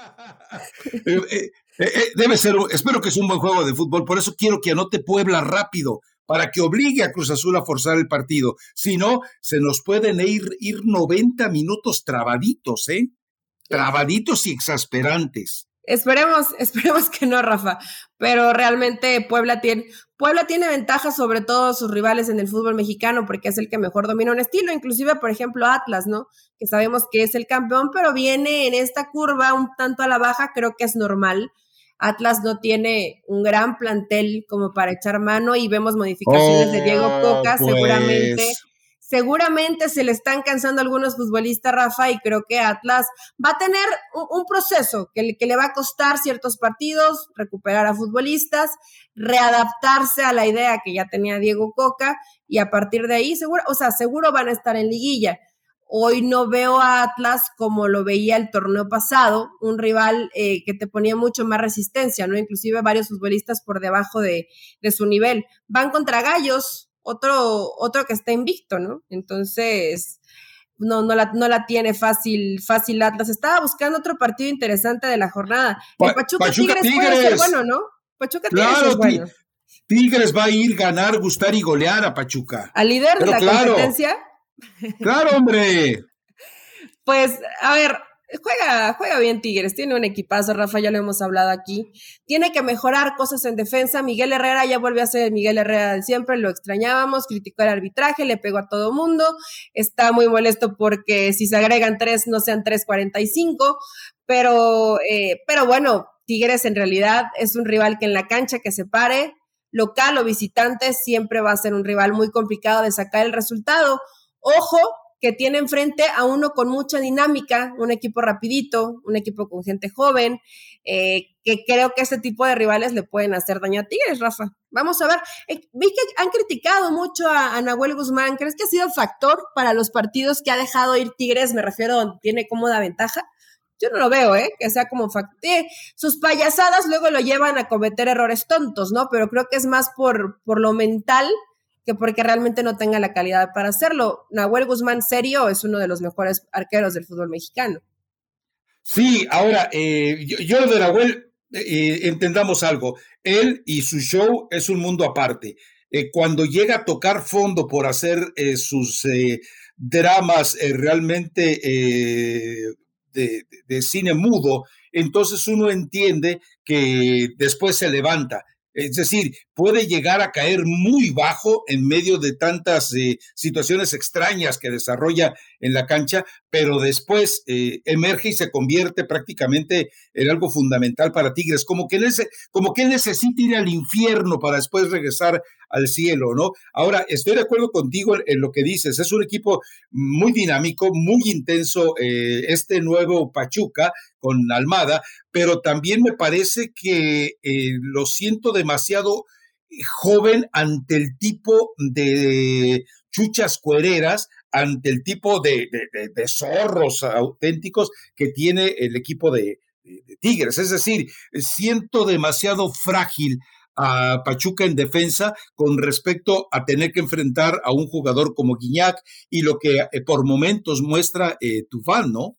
eh, eh, eh, debe ser, espero que sea un buen juego de fútbol, por eso quiero que anote Puebla rápido, para que obligue a Cruz Azul a forzar el partido. Si no, se nos pueden ir, ir noventa minutos trabaditos, ¿eh? trabaditos y exasperantes. Esperemos, esperemos que no, Rafa, pero realmente Puebla tiene, Puebla tiene ventajas sobre todos sus rivales en el fútbol mexicano porque es el que mejor domina un estilo, inclusive, por ejemplo, Atlas, ¿no? Que sabemos que es el campeón, pero viene en esta curva un tanto a la baja, creo que es normal. Atlas no tiene un gran plantel como para echar mano y vemos modificaciones oh, de Diego Coca, pues. seguramente... Seguramente se le están cansando algunos futbolistas, Rafa, y creo que Atlas va a tener un, un proceso que, que le va a costar ciertos partidos, recuperar a futbolistas, readaptarse a la idea que ya tenía Diego Coca, y a partir de ahí, seguro, o sea, seguro van a estar en liguilla. Hoy no veo a Atlas como lo veía el torneo pasado, un rival eh, que te ponía mucho más resistencia, ¿no? Inclusive varios futbolistas por debajo de, de su nivel. Van contra Gallos, Otro, otro que está invicto, ¿no? Entonces, no, no, la, no la tiene fácil, fácil Atlas. Estaba buscando otro partido interesante de la jornada. El Pa- Pachuca, Pachuca Tigres, Tigres puede ser bueno, ¿no? Pachuca claro, Tigres es bueno. Tigres va a ir ganar, gustar y golear a Pachuca. ¿Al líder Pero de la claro, competencia? ¡Claro, hombre! Pues, a ver... Juega, juega bien Tigres, tiene un equipazo, Rafa, ya lo hemos hablado aquí. Tiene que mejorar cosas en defensa. Miguel Herrera ya vuelve a ser Miguel Herrera de siempre, lo extrañábamos, criticó el arbitraje, le pegó a todo mundo, está muy molesto porque si se agregan tres, no sean tres cuarenta y cinco, pero, eh, pero bueno, Tigres en realidad es un rival que en la cancha que se pare, local o visitante, siempre va a ser un rival muy complicado de sacar el resultado. Ojo, que tiene enfrente a uno con mucha dinámica, un equipo rapidito, un equipo con gente joven, eh, que creo que este tipo de rivales le pueden hacer daño a Tigres, Rafa. Vamos a ver, eh, vi que han criticado mucho a, a Nahuel Guzmán. ¿Crees que ha sido factor para los partidos que ha dejado ir Tigres? Me refiero a donde tiene cómoda ventaja. Yo no lo veo, ¿eh? Que sea como factor. Eh, sus payasadas luego lo llevan a cometer errores tontos, ¿no? Pero creo que es más por, por lo mental que porque realmente no tenga la calidad para hacerlo. Nahuel Guzmán, serio, es uno de los mejores arqueros del fútbol mexicano. Sí, ahora, eh, yo, yo de Nahuel, eh, entendamos algo, él y su show es un mundo aparte. Eh, cuando llega a tocar fondo por hacer eh, sus eh, dramas eh, realmente eh, de, de cine mudo, entonces uno entiende que después se levanta. Es decir, puede llegar a caer muy bajo en medio de tantas eh, situaciones extrañas que desarrolla en la cancha, pero después eh, emerge y se convierte prácticamente en algo fundamental para Tigres, como que, él, como que él necesita ir al infierno para después regresar al cielo, ¿no? Ahora, estoy de acuerdo contigo en, en lo que dices, es un equipo muy dinámico, muy intenso, eh, este nuevo Pachuca con Almada, pero también me parece que eh, lo siento demasiado joven ante el tipo de chuchas cuereras, ante el tipo de, de, de, de zorros auténticos que tiene el equipo de, de, de Tigres. Es decir, siento demasiado frágil a Pachuca en defensa con respecto a tener que enfrentar a un jugador como Guiñac y lo que eh, por momentos muestra eh, Tufán, ¿no?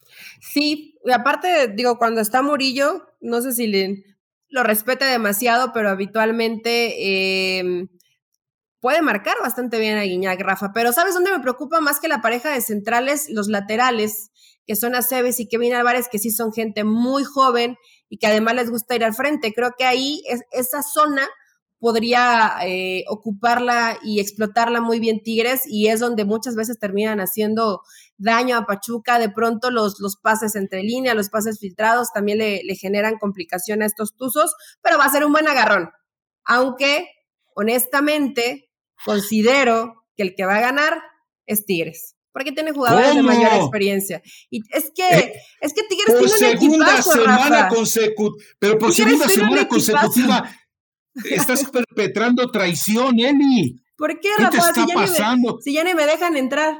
Sí, y aparte, digo, cuando está Murillo, no sé si le, lo respeta demasiado, pero habitualmente eh, puede marcar bastante bien a Guiñac, Rafa. Pero ¿sabes dónde me preocupa más que la pareja de centrales? Los laterales, que son Aceves y Kevin Álvarez, que sí son gente muy joven y que además les gusta ir al frente. Creo que ahí es, esa zona podría eh, ocuparla y explotarla muy bien Tigres, y es donde muchas veces terminan haciendo daño a Pachuca. De pronto los, los pases entre línea, los pases filtrados también le, le generan complicación a estos tuzos, pero va a ser un buen agarrón, aunque honestamente considero que el que va a ganar es Tigres, porque tiene jugadores ¿Cómo? de mayor experiencia. Y es que, eh, es que Tigres por tiene un equipazo, semana consecu- Pero por Tigres segunda semana consecutiva estás perpetrando traición, Eli. ¿Por qué, ¿Qué Rafa? te está si, ya pasando? Me, si ya ni me dejan entrar.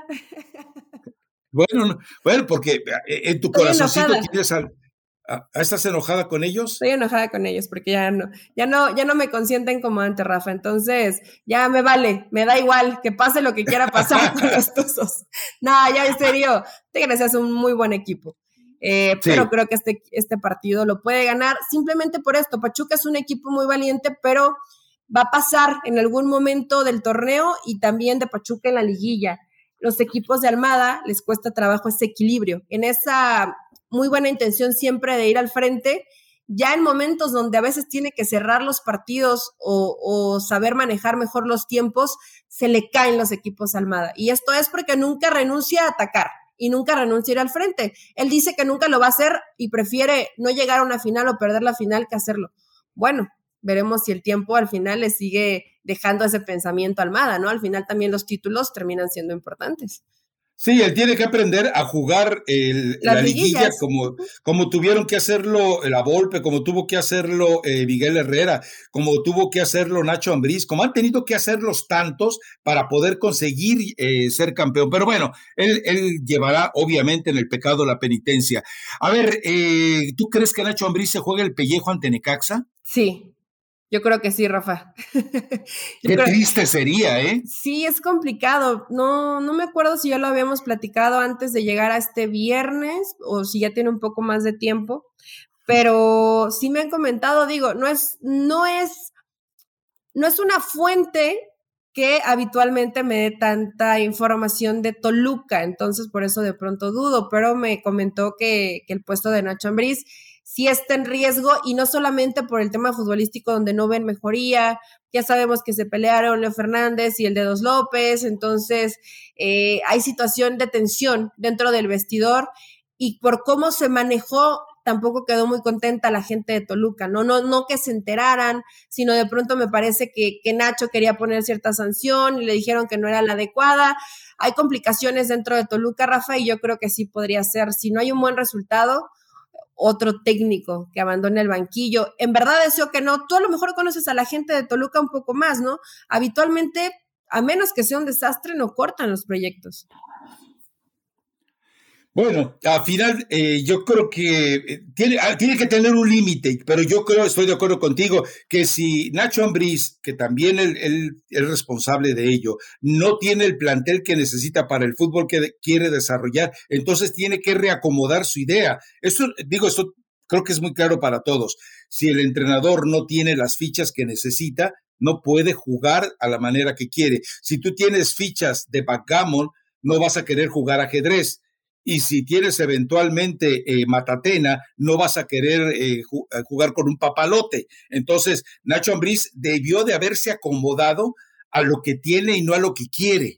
Bueno, no, bueno, porque en tu Estoy corazoncito enojada. tienes al... ¿Estás enojada con ellos? Estoy enojada con ellos porque ya no, ya no, ya no me consienten como antes, Rafa. Entonces, ya me vale, me da igual que pase lo que quiera pasar con los Tuzos. No, ya en serio, Tigres es un muy buen equipo. Eh, sí. Pero creo que este, este partido lo puede ganar simplemente por esto. Pachuca es un equipo muy valiente, pero va a pasar en algún momento del torneo y también de Pachuca en la liguilla. Los equipos de Almada les cuesta trabajo ese equilibrio. En esa muy buena intención siempre de ir al frente, ya en momentos donde a veces tiene que cerrar los partidos o, o saber manejar mejor los tiempos, se le caen los equipos a Almada. Y esto es porque nunca renuncia a atacar y nunca renuncia a ir al frente. Él dice que nunca lo va a hacer y prefiere no llegar a una final o perder la final que hacerlo. Bueno, veremos si el tiempo al final le sigue dejando ese pensamiento a Almada, ¿no? Al final también los títulos terminan siendo importantes. Sí, él tiene que aprender a jugar el, la liguilla como, como tuvieron que hacerlo la Volpe, como tuvo que hacerlo eh, Miguel Herrera, como tuvo que hacerlo Nacho Ambriz, como han tenido que hacerlos tantos para poder conseguir eh, ser campeón. Pero bueno, él, él llevará obviamente en el pecado la penitencia. A ver, eh, ¿tú crees que Nacho Ambriz se juega el pellejo ante Necaxa? Sí. Yo creo que sí, Rafa. Qué triste sería, ¿eh? Sí, es complicado. No, no me acuerdo si ya lo habíamos platicado antes de llegar a este viernes o si ya tiene un poco más de tiempo, pero sí me han comentado, digo, no es, no es, no es una fuente que habitualmente me dé tanta información de Toluca, entonces por eso de pronto dudo, pero me comentó que, que el puesto de Nacho Ambriz sí está en riesgo y no solamente por el tema futbolístico donde no ven mejoría, ya sabemos que se pelearon Leo Fernández y el Dedos López, entonces eh, hay situación de tensión dentro del vestidor y por cómo se manejó tampoco quedó muy contenta la gente de Toluca, no, no, no que se enteraran, sino de pronto me parece que, que Nacho quería poner cierta sanción y le dijeron que no era la adecuada. Hay complicaciones dentro de Toluca, Rafa, y yo creo que sí podría ser, si no hay un buen resultado, otro técnico que abandone el banquillo. En verdad deseo que no. Tú a lo mejor conoces a la gente de Toluca un poco más, ¿no? Habitualmente, a menos que sea un desastre, no cortan los proyectos. Bueno, al final eh, yo creo que eh, tiene, tiene que tener un límite, pero yo creo, estoy de acuerdo contigo, que si Nacho Ambriz, que también él, él es responsable de ello, no tiene el plantel que necesita para el fútbol que de, quiere desarrollar, entonces tiene que reacomodar su idea. Esto, digo, esto creo que es muy claro para todos. Si el entrenador no tiene las fichas que necesita, no puede jugar a la manera que quiere. Si tú tienes fichas de backgammon, no vas a querer jugar ajedrez. Y si tienes eventualmente eh, matatena, no vas a querer eh, jugar con un papalote. Entonces, Nacho Ambriz debió de haberse acomodado a lo que tiene y no a lo que quiere.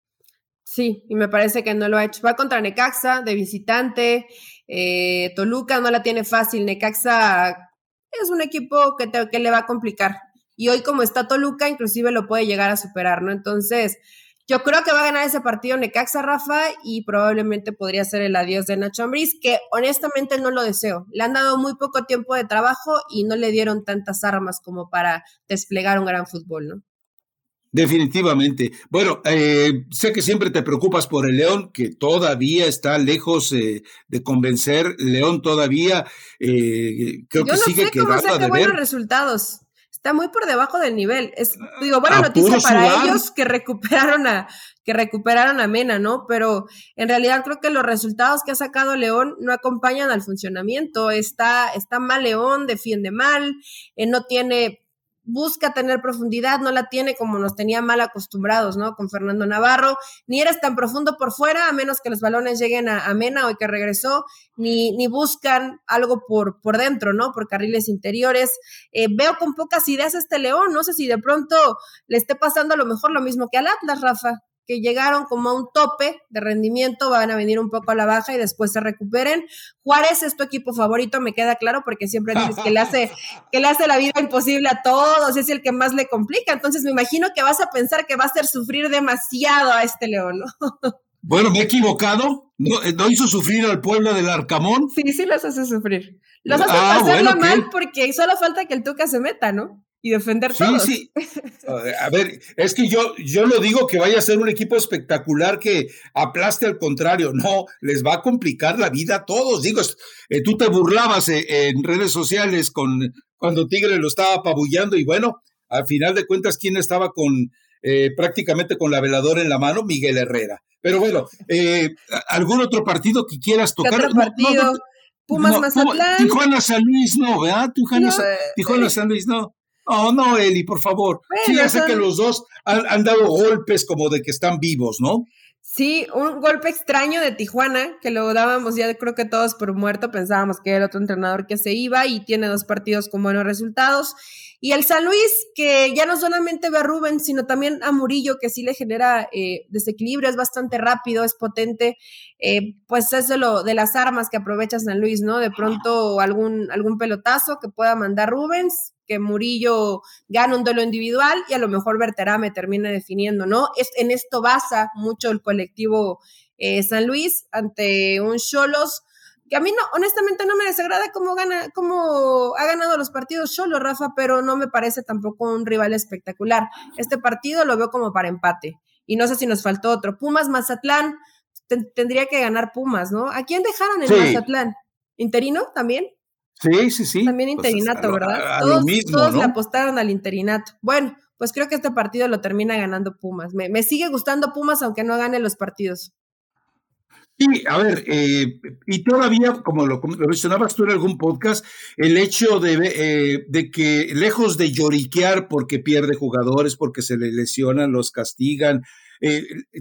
Sí, y me parece que no lo ha hecho. Va contra Necaxa, de visitante, eh, Toluca no la tiene fácil, Necaxa es un equipo que, te, que le va a complicar. Y hoy como está Toluca, inclusive lo puede llegar a superar, ¿no? Entonces, yo creo que va a ganar ese partido Necaxa, Rafa, y probablemente podría ser el adiós de Nacho Ambriz, que honestamente no lo deseo. Le han dado muy poco tiempo de trabajo y no le dieron tantas armas como para desplegar un gran fútbol, ¿no? Definitivamente. Bueno, eh, sé que siempre te preocupas por el León, que todavía está lejos eh, de convencer. León todavía eh, creo Yo que no sigue sé cómo quedando saca de buenos ver. resultados. Está muy por debajo del nivel. Es, digo, buena A noticia puro para sudar. ellos que recuperaron a que recuperaron a Mena, ¿no? Pero en realidad creo que los resultados que ha sacado León no acompañan al funcionamiento. Está, está mal León, defiende mal, eh, no tiene, busca tener profundidad, no la tiene como nos tenía mal acostumbrados, ¿no? Con Fernando Navarro, ni eres tan profundo por fuera, a menos que los balones lleguen a, a Mena hoy que regresó, ni, ni buscan algo por, por dentro, ¿no? Por carriles interiores. Eh, veo con pocas ideas este León, no sé si de pronto le esté pasando a lo mejor lo mismo que al Atlas, Rafa, que llegaron como a un tope de rendimiento, van a venir un poco a la baja y después se recuperen. Juárez es tu equipo favorito, me queda claro, porque siempre dices que le hace, que le hace la vida imposible a todos, es el que más le complica, entonces me imagino que vas a pensar que va a hacer sufrir demasiado a este León, ¿no? Bueno, me he equivocado, no, no hizo sufrir al pueblo del Arcamón. Sí, sí los hace sufrir. Los hace Ah, pasarlo bueno, mal ¿qué? porque solo falta que el Tuca se meta, ¿no? Y defender Sí, todos. sí. A ver, es que yo, yo lo digo que vaya a ser un equipo espectacular que aplaste al contrario. No, les va a complicar la vida a todos. Digo, eh, tú te burlabas eh, en redes sociales con cuando Tigre lo estaba apabullando y bueno, al final de cuentas, ¿quién estaba con eh, prácticamente con la veladora en la mano? Miguel Herrera. Pero bueno, eh, ¿algún otro partido que quieras ¿Qué tocar? otro partido? No, no, Pumas no, Mazatlán. Tijuana San Luis, no, ¿verdad? Tijuana, No, eh, Tijuana San Luis, no. Oh, no, Eli, por favor. Bueno, Sí, ya sé son... que los dos han, han dado golpes como de que están vivos, ¿no? Sí, un golpe extraño de Tijuana, que lo dábamos ya creo que todos por muerto, pensábamos que era el otro entrenador que se iba y tiene dos partidos con buenos resultados. Y el San Luis, que ya no solamente ve a Rubens, sino también a Murillo, que sí le genera eh, desequilibrio, es bastante rápido, es potente, eh, pues es de, lo, de las armas que aprovecha San Luis, ¿no? De pronto algún, algún pelotazo que pueda mandar Rubens, que Murillo gana un duelo individual y a lo mejor Berterame termina definiendo, ¿no? Es, en esto basa mucho el colectivo eh, San Luis ante un Xolos, que a mí no, honestamente no me desagrada cómo gana, cómo ha ganado los partidos Xolos, Rafa, pero no me parece tampoco un rival espectacular. Este partido lo veo como para empate, y no sé si nos faltó otro. Pumas Mazatlán, ten, tendría que ganar Pumas, ¿no? ¿A quién dejaron en sí. Mazatlán? ¿Interino también? Sí, sí, sí. También interinato, pues a, ¿verdad? A, a todos mismo, todos ¿no? le apostaron al interinato. Bueno, pues creo que este partido lo termina ganando Pumas. Me, me sigue gustando Pumas, aunque no gane los partidos. Sí, a ver, eh, y todavía, como lo, lo mencionabas tú en algún podcast, el hecho de, eh, de que lejos de lloriquear porque pierde jugadores, porque se le lesionan, los castigan, eh,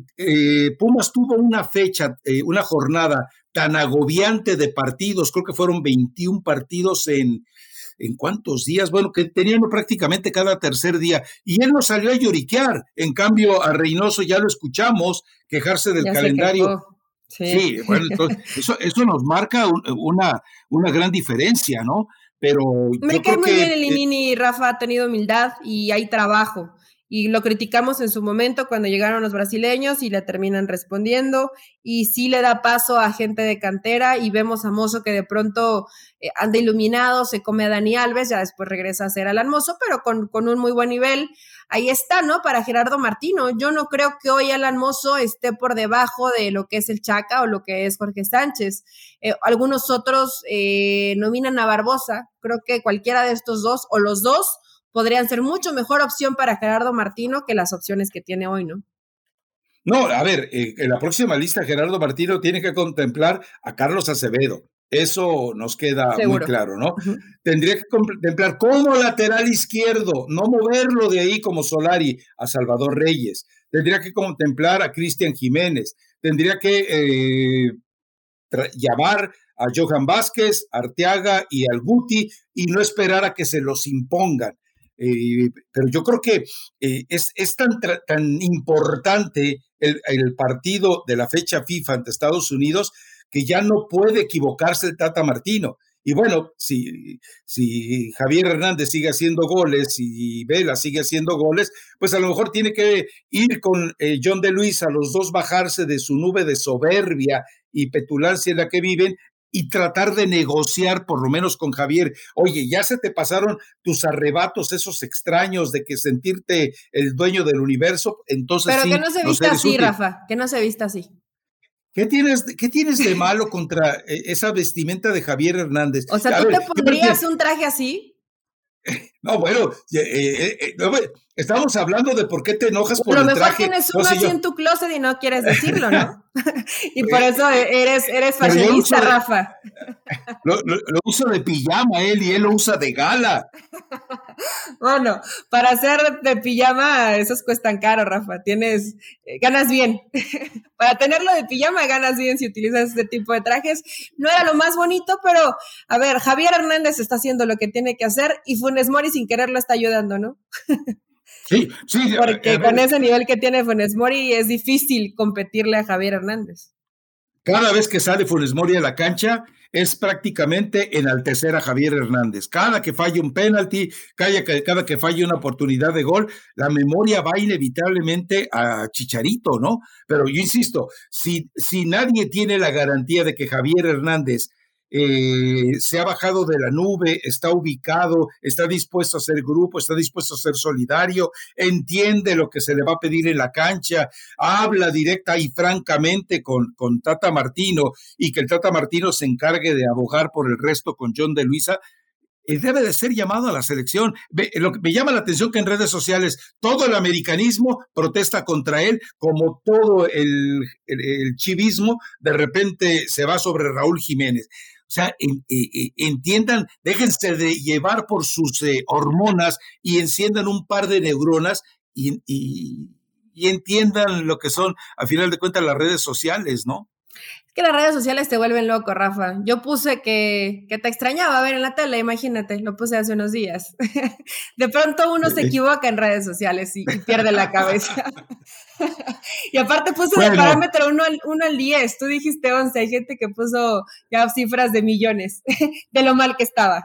eh, Pumas tuvo una fecha, eh, una jornada tan agobiante de partidos, creo que fueron veintiún partidos en, ¿en cuántos días? Bueno, que tenían prácticamente cada tercer día, y él no salió a lloriquear. En cambio, a Reynoso ya lo escuchamos quejarse del ya calendario. Sí. sí, bueno, entonces, eso, eso nos marca un, una, una gran diferencia, ¿no? Pero me yo cae creo muy que, bien el Linini, eh, Rafa ha tenido humildad y hay trabajo. Y lo criticamos en su momento cuando llegaron los brasileños y le terminan respondiendo, y sí le da paso a gente de cantera, y vemos a Mozo que de pronto eh, anda iluminado, se come a Dani Alves, ya después regresa a ser Alan Mozo, pero con, con un muy buen nivel. Ahí está, ¿no? Para Gerardo Martino. Yo no creo que hoy Alan Mozo esté por debajo de lo que es el Chaca o lo que es Jorge Sánchez. Eh, algunos otros eh, nominan a Barbosa. Creo que cualquiera de estos dos, o los dos, podrían ser mucho mejor opción para Gerardo Martino que las opciones que tiene hoy, ¿no? No, a ver, eh, en la próxima lista Gerardo Martino tiene que contemplar a Carlos Acevedo. Eso nos queda Seguro. muy claro, ¿no? Uh-huh. Tendría que contemplar como lateral izquierdo, no moverlo de ahí como Solari a Salvador Reyes. Tendría que contemplar a Cristian Jiménez. Tendría que eh, tra- llamar a Johan Vázquez, Arteaga y al Guti, y no esperar a que se los impongan. Eh, pero yo creo que eh, es, es tan, tra- tan importante el, el partido de la fecha FIFA ante Estados Unidos que ya no puede equivocarse el Tata Martino. Y bueno, si, si Javier Hernández sigue haciendo goles y Vela sigue haciendo goles, pues a lo mejor tiene que ir con eh, John de Luis a los dos, bajarse de su nube de soberbia y petulancia en la que viven y tratar de negociar por lo menos con Javier. Oye, ya se te pasaron tus arrebatos, esos extraños de que sentirte el dueño del universo, entonces Pero sí, que no se vista así, útil. Rafa, que no se vista así. ¿Qué tienes, ¿Qué tienes de malo contra esa vestimenta de Javier Hernández? O sea, ¿tú ver, te pondrías un traje así? No, bueno, eh, eh, eh, no, estamos hablando de por qué te enojas por el traje. A lo mejor tienes uno no sé así yo. en tu closet y no quieres decirlo, ¿no? Y por eso eres, eres fashionista, de, Rafa. Lo, lo, lo usa de pijama él y él lo usa de gala. Bueno, para hacer de pijama, esos cuestan caro, Rafa. Tienes, eh, ganas bien. Para tenerlo de pijama, ganas bien si utilizas este tipo de trajes. No era lo más bonito, pero, a ver, Javier Hernández está haciendo lo que tiene que hacer y Funes Mori sin querer lo está ayudando, ¿no? Sí, sí. Porque con ese nivel que tiene Funes Mori es difícil competirle a Javier Hernández. Cada vez que sale Funes Mori a la cancha es prácticamente enaltecer a Javier Hernández. Cada que falle un penalti, cada que, cada que falle una oportunidad de gol, la memoria va inevitablemente a Chicharito, ¿no? Pero yo insisto, si, si nadie tiene la garantía de que Javier Hernández Eh, se ha bajado de la nube, está ubicado, está dispuesto a ser grupo, está dispuesto a ser solidario, entiende lo que se le va a pedir en la cancha, habla directa y francamente con, con Tata Martino, y que el Tata Martino se encargue de abogar por el resto con John de Luisa, él debe de ser llamado a la selección. Lo que me llama la atención que en redes sociales todo el americanismo protesta contra él, como todo el, el, el chivismo de repente se va sobre Raúl Jiménez. O sea, en, eh, entiendan, déjense de llevar por sus eh, hormonas y enciendan un par de neuronas y, y, y entiendan lo que son, a final de cuentas, las redes sociales, ¿no? Es que las redes sociales te vuelven loco, Rafa. Yo puse que, que te extrañaba ver en la tele, imagínate, lo puse hace unos días. De pronto uno se equivoca en redes sociales y, y pierde la cabeza. Y aparte puse bueno. de parámetro uno al, uno al diez, tú dijiste once, hay gente que puso ya cifras de millones de lo mal que estaba.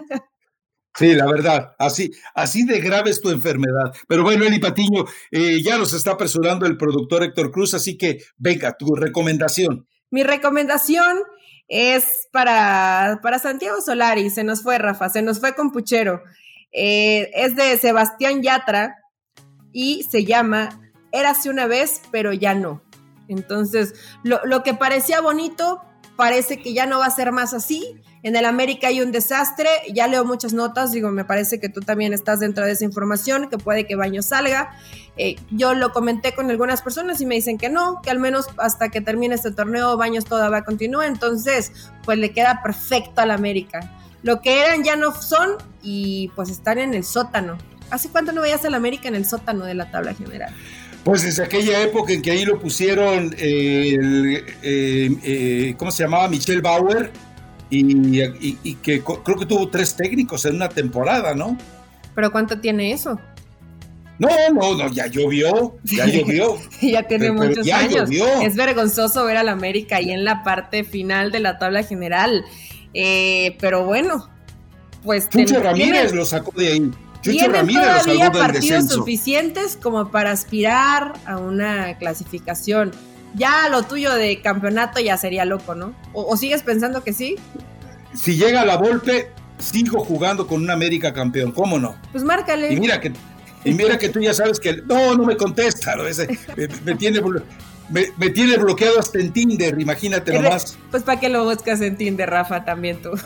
Sí, la verdad, así, así de grave es tu enfermedad. Pero bueno, Eli Patiño, eh, ya nos está apresurando el productor Héctor Cruz, así que venga, tu recomendación. Mi recomendación es para, para Santiago Solari, se nos fue Rafa, se nos fue con Puchero. Eh, es de Sebastián Yatra y se llama Érase una vez, pero ya no. Entonces, lo, lo que parecía bonito parece que ya no va a ser más así. En el América hay un desastre, ya leo muchas notas, digo, me parece que tú también estás dentro de esa información, que puede que Baños salga. Eh, yo lo comenté con algunas personas y me dicen que no, que al menos hasta que termine este torneo Baños todavía continúa, entonces pues le queda perfecto al América. Lo que eran ya no son y pues están en el sótano. ¿Hace cuánto no veías al América en el sótano de la tabla general? Pues desde aquella época en que ahí lo pusieron, eh, el, eh, eh, ¿cómo se llamaba? Michel Bauer. Y, y, y que creo que tuvo tres técnicos en una temporada, ¿no? ¿Pero cuánto tiene eso? No, no, no, ya llovió, ya llovió. Ya tiene pero, muchos pero ya años. Llovió. Es vergonzoso ver al América ahí en la parte final de la tabla general. Eh, pero bueno, pues... Chucho ten, Ramírez tienen, lo sacó de ahí. Chucho Ramírez lo sacó del partidos descenso. Suficientes como para aspirar a una clasificación. Ya lo tuyo de campeonato ya sería loco, ¿no? ¿O, o sigues pensando que sí? Si llega la Volpe, sigo jugando con un América campeón, ¿cómo no? Pues márcale. Y mira que, y mira que tú ya sabes que... No, no me contesta, ¿no? Ese, me, me, tiene, me, me tiene bloqueado hasta en Tinder, imagínate nomás. Pues ¿para qué lo buscas en Tinder, Rafa, también tú?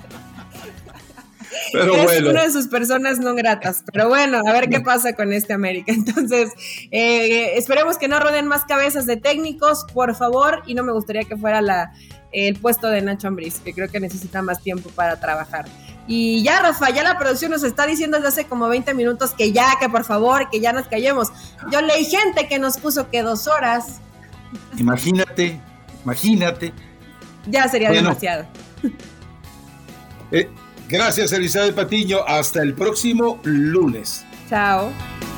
Pero Eres bueno. una de sus personas no gratas, pero bueno, a ver qué pasa con este América. Entonces, eh, esperemos que no roden más cabezas de técnicos, por favor, y no me gustaría que fuera la, el puesto de Nacho Ambriz, que creo que necesita más tiempo para trabajar. Y ya, Rafa, ya la producción nos está diciendo desde hace como veinte minutos que ya, que por favor, que ya nos callemos. Yo leí gente que nos puso que dos horas. Imagínate, imagínate. Ya sería bueno, demasiado. Eh, Gracias, Elizabeth Patiño. Hasta el próximo lunes. Chao.